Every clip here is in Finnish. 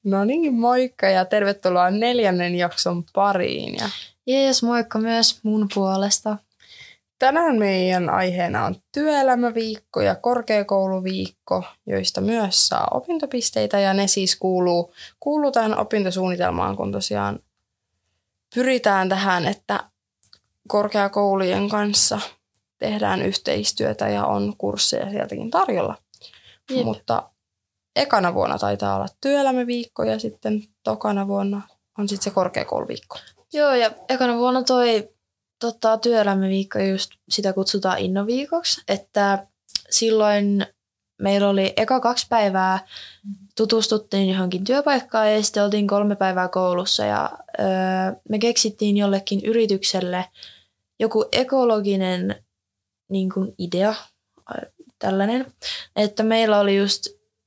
No niin, moikka ja tervetuloa 4. jakson pariin. Jees, moikka myös mun puolesta. Tänään meidän aiheena on työelämäviikko ja korkeakouluviikko, joista myös saa opintopisteitä ja ne siis kuuluu tähän opintosuunnitelmaan, kun tosiaan pyritään tähän, että korkeakoulujen kanssa tehdään yhteistyötä ja on kursseja sieltäkin tarjolla. Jep. Mutta ekana vuonna taitaa olla työelämäviikko ja sitten tokana vuonna on sitten se korkeakouluviikko. Joo, ja ekana vuonna toi työelämäviikko, just sitä kutsutaan innoviikoksi, että silloin meillä oli eka 2 päivää, tutustuttiin johonkin työpaikkaan ja sitten oltiin 3 päivää koulussa ja me keksittiin jollekin yritykselle joku ekologinen niin kuin idea, tällainen, että meillä oli just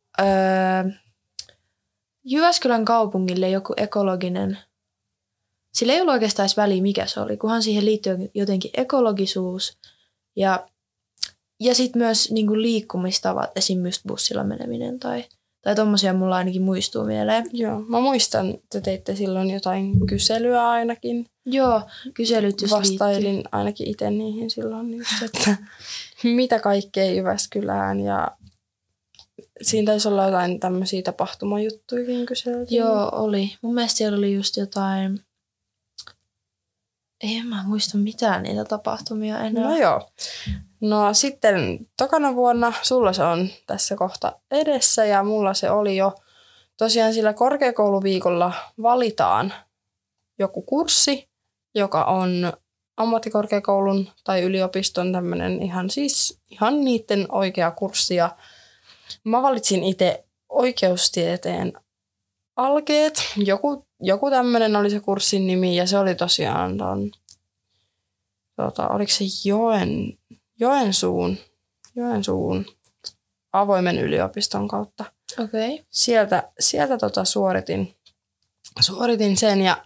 Jyväskylän kaupungille joku ekologinen, sillä ei ollut oikeastaan edes väliä mikä se oli, kunhan siihen liittyy jotenkin ekologisuus ja sitten myös niin kuin liikkumistavat, esim. Just bussilla meneminen tai tommosia mulla ainakin muistuu mieleen. Joo, mä muistan, että teitte silloin jotain kyselyä ainakin. Joo, kyselyt just vastailin ainakin itse niihin silloin, just, että mitä kaikkea Jyväskylään ja siinä taisi olla jotain tämmöisiä tapahtumajuttuikin kyseltiin. Joo, oli. Mun mielestä siellä oli just jotain, en mä muista mitään niitä tapahtumia enää. No joo. No sitten tokana vuonna sulla se on tässä kohta edessä ja mulla se oli jo tosiaan sillä korkeakouluviikolla valitaan joku kurssi, joka on ammattikorkeakoulun tai yliopiston tämmöinen ihan niiden oikea kurssi. Ja mä valitsin itse oikeustieteen alkeet. Joku tämmöinen oli se kurssin nimi ja se oli tosiaan oliko se Joensuun avoimen yliopiston kautta. Okei. Okay. Sieltä suoritin sen ja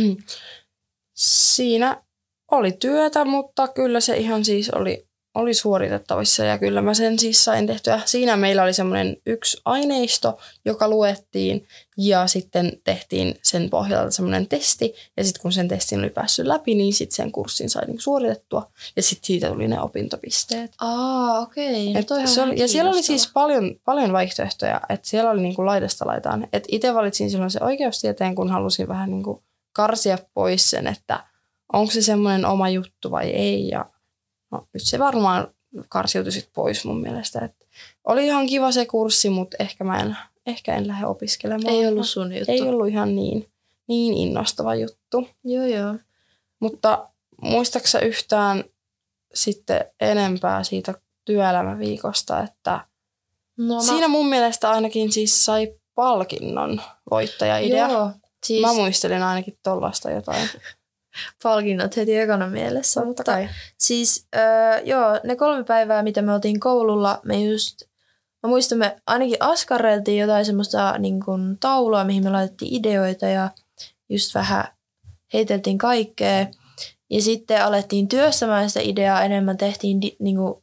siinä oli työtä, mutta kyllä se ihan siis oli suoritettavissa ja kyllä mä sen siis sain tehtyä. Siinä meillä oli semmoinen yksi aineisto, joka luettiin ja sitten tehtiin sen pohjalta semmoinen testi. Ja sitten kun sen testin oli päässyt läpi, niin sitten sen kurssin sai niinku suoritettua ja sitten siitä tuli ne opintopisteet. Okei. Ja siellä oli siis paljon vaihtoehtoja, että siellä oli niinku laidasta laitaan. Et itse valitsin silloin se oikeustieteen, kun halusin vähän niinku karsia pois sen, että onko se semmoinen oma juttu vai ei ja no, nyt se varmaan karsiutui sit pois mun mielestä. Et oli ihan kiva se kurssi, mutta ehkä en lähde opiskelemaan. Ei ollut sun juttu. Ei ollut ihan niin innostava juttu. Joo. Mutta muistaaksä yhtään sitten enempää siitä työelämäviikosta, että siinä mun mielestä ainakin siis sai palkinnon voittaja-idea. Joo, siis mä muistelin ainakin tollaista jotain. Palkinnot heti ekana mielessä, mutta siis ne 3 päivää, mitä me oltiin koululla, mä muistan, me ainakin askarreltiin jotain semmoista niin kuin taulua, mihin me laitettiin ideoita ja just vähän heiteltiin kaikkea. Ja sitten alettiin työstämään sitä ideaa enemmän, tehtiin niin kuin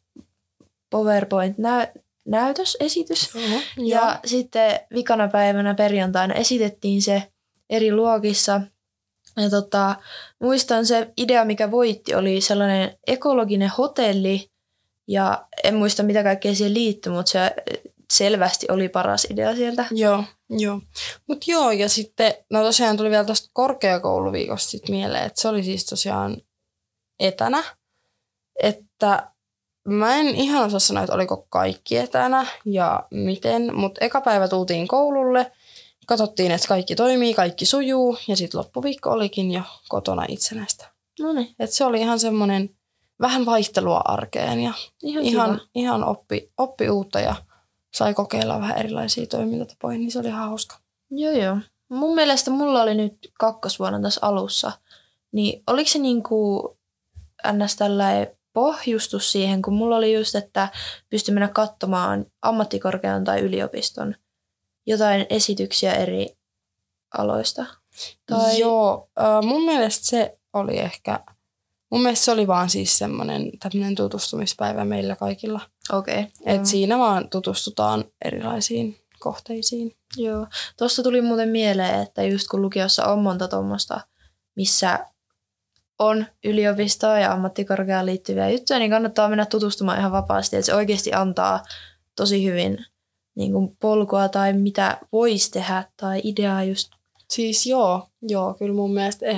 PowerPoint-näytösesitys. Ja sitten vikana päivänä perjantaina esitettiin se eri luokissa. Ja muistan se idea, mikä voitti, oli sellainen ekologinen hotelli. Ja en muista, mitä kaikkea siihen liittyi, mutta se selvästi oli paras idea sieltä. Joo. Mutta joo, ja sitten, no tosiaan tuli vielä tuosta korkeakouluviikosta sit mieleen, että se oli siis tosiaan etänä. Että mä en ihan osaa sanoa, että oliko kaikki etänä ja miten, mutta eka päivä tultiin koululle. Katsottiin, että kaikki toimii, kaikki sujuu ja sitten loppuviikko olikin jo kotona itsenäistä. Noniin. Et se oli ihan semmoinen vähän vaihtelua arkeen ja ihan oppi uutta ja sai kokeilla vähän erilaisia toimintatapoja, niin se oli ihan hauska. Joo. Mun mielestä mulla oli nyt 2. vuonna tässä alussa, niin oliko se niinku ns. Tällainen pohjustus siihen, kun mulla oli just, että pystyi mennä katsomaan ammattikorkean tai yliopiston jotain esityksiä eri aloista? Tai Joo, mun mielestä se oli se oli vaan siis semmoinen tämmöinen tutustumispäivä meillä kaikilla. Okei. Et siinä vaan tutustutaan erilaisiin kohteisiin. Joo. Tuosta tuli muuten mieleen, että just kun lukiossa on monta tuommoista, missä on yliopistoa ja ammattikorkeaan liittyviä juttuja, niin kannattaa mennä tutustumaan ihan vapaasti, että se oikeasti antaa tosi hyvin niin kuin polkua tai mitä voisi tehdä tai ideaa just. Siis joo, kyllä mun mielestä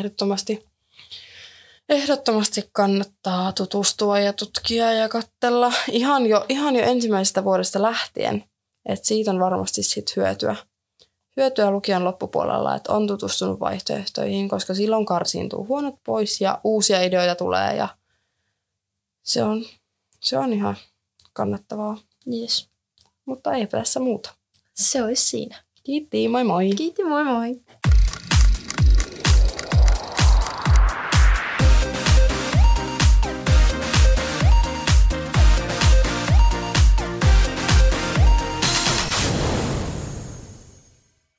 ehdottomasti kannattaa tutustua ja tutkia ja katsella ihan jo ensimmäisestä vuodesta lähtien. Et siitä on varmasti sit hyötyä lukion loppupuolella, että on tutustunut vaihtoehtoihin, koska silloin karsiintuu huonot pois ja uusia ideoita tulee ja se on ihan kannattavaa. Yes. Mutta eipä tässä muuta. Se olisi siinä. Kiitti, moi moi. Kiitti, moi moi.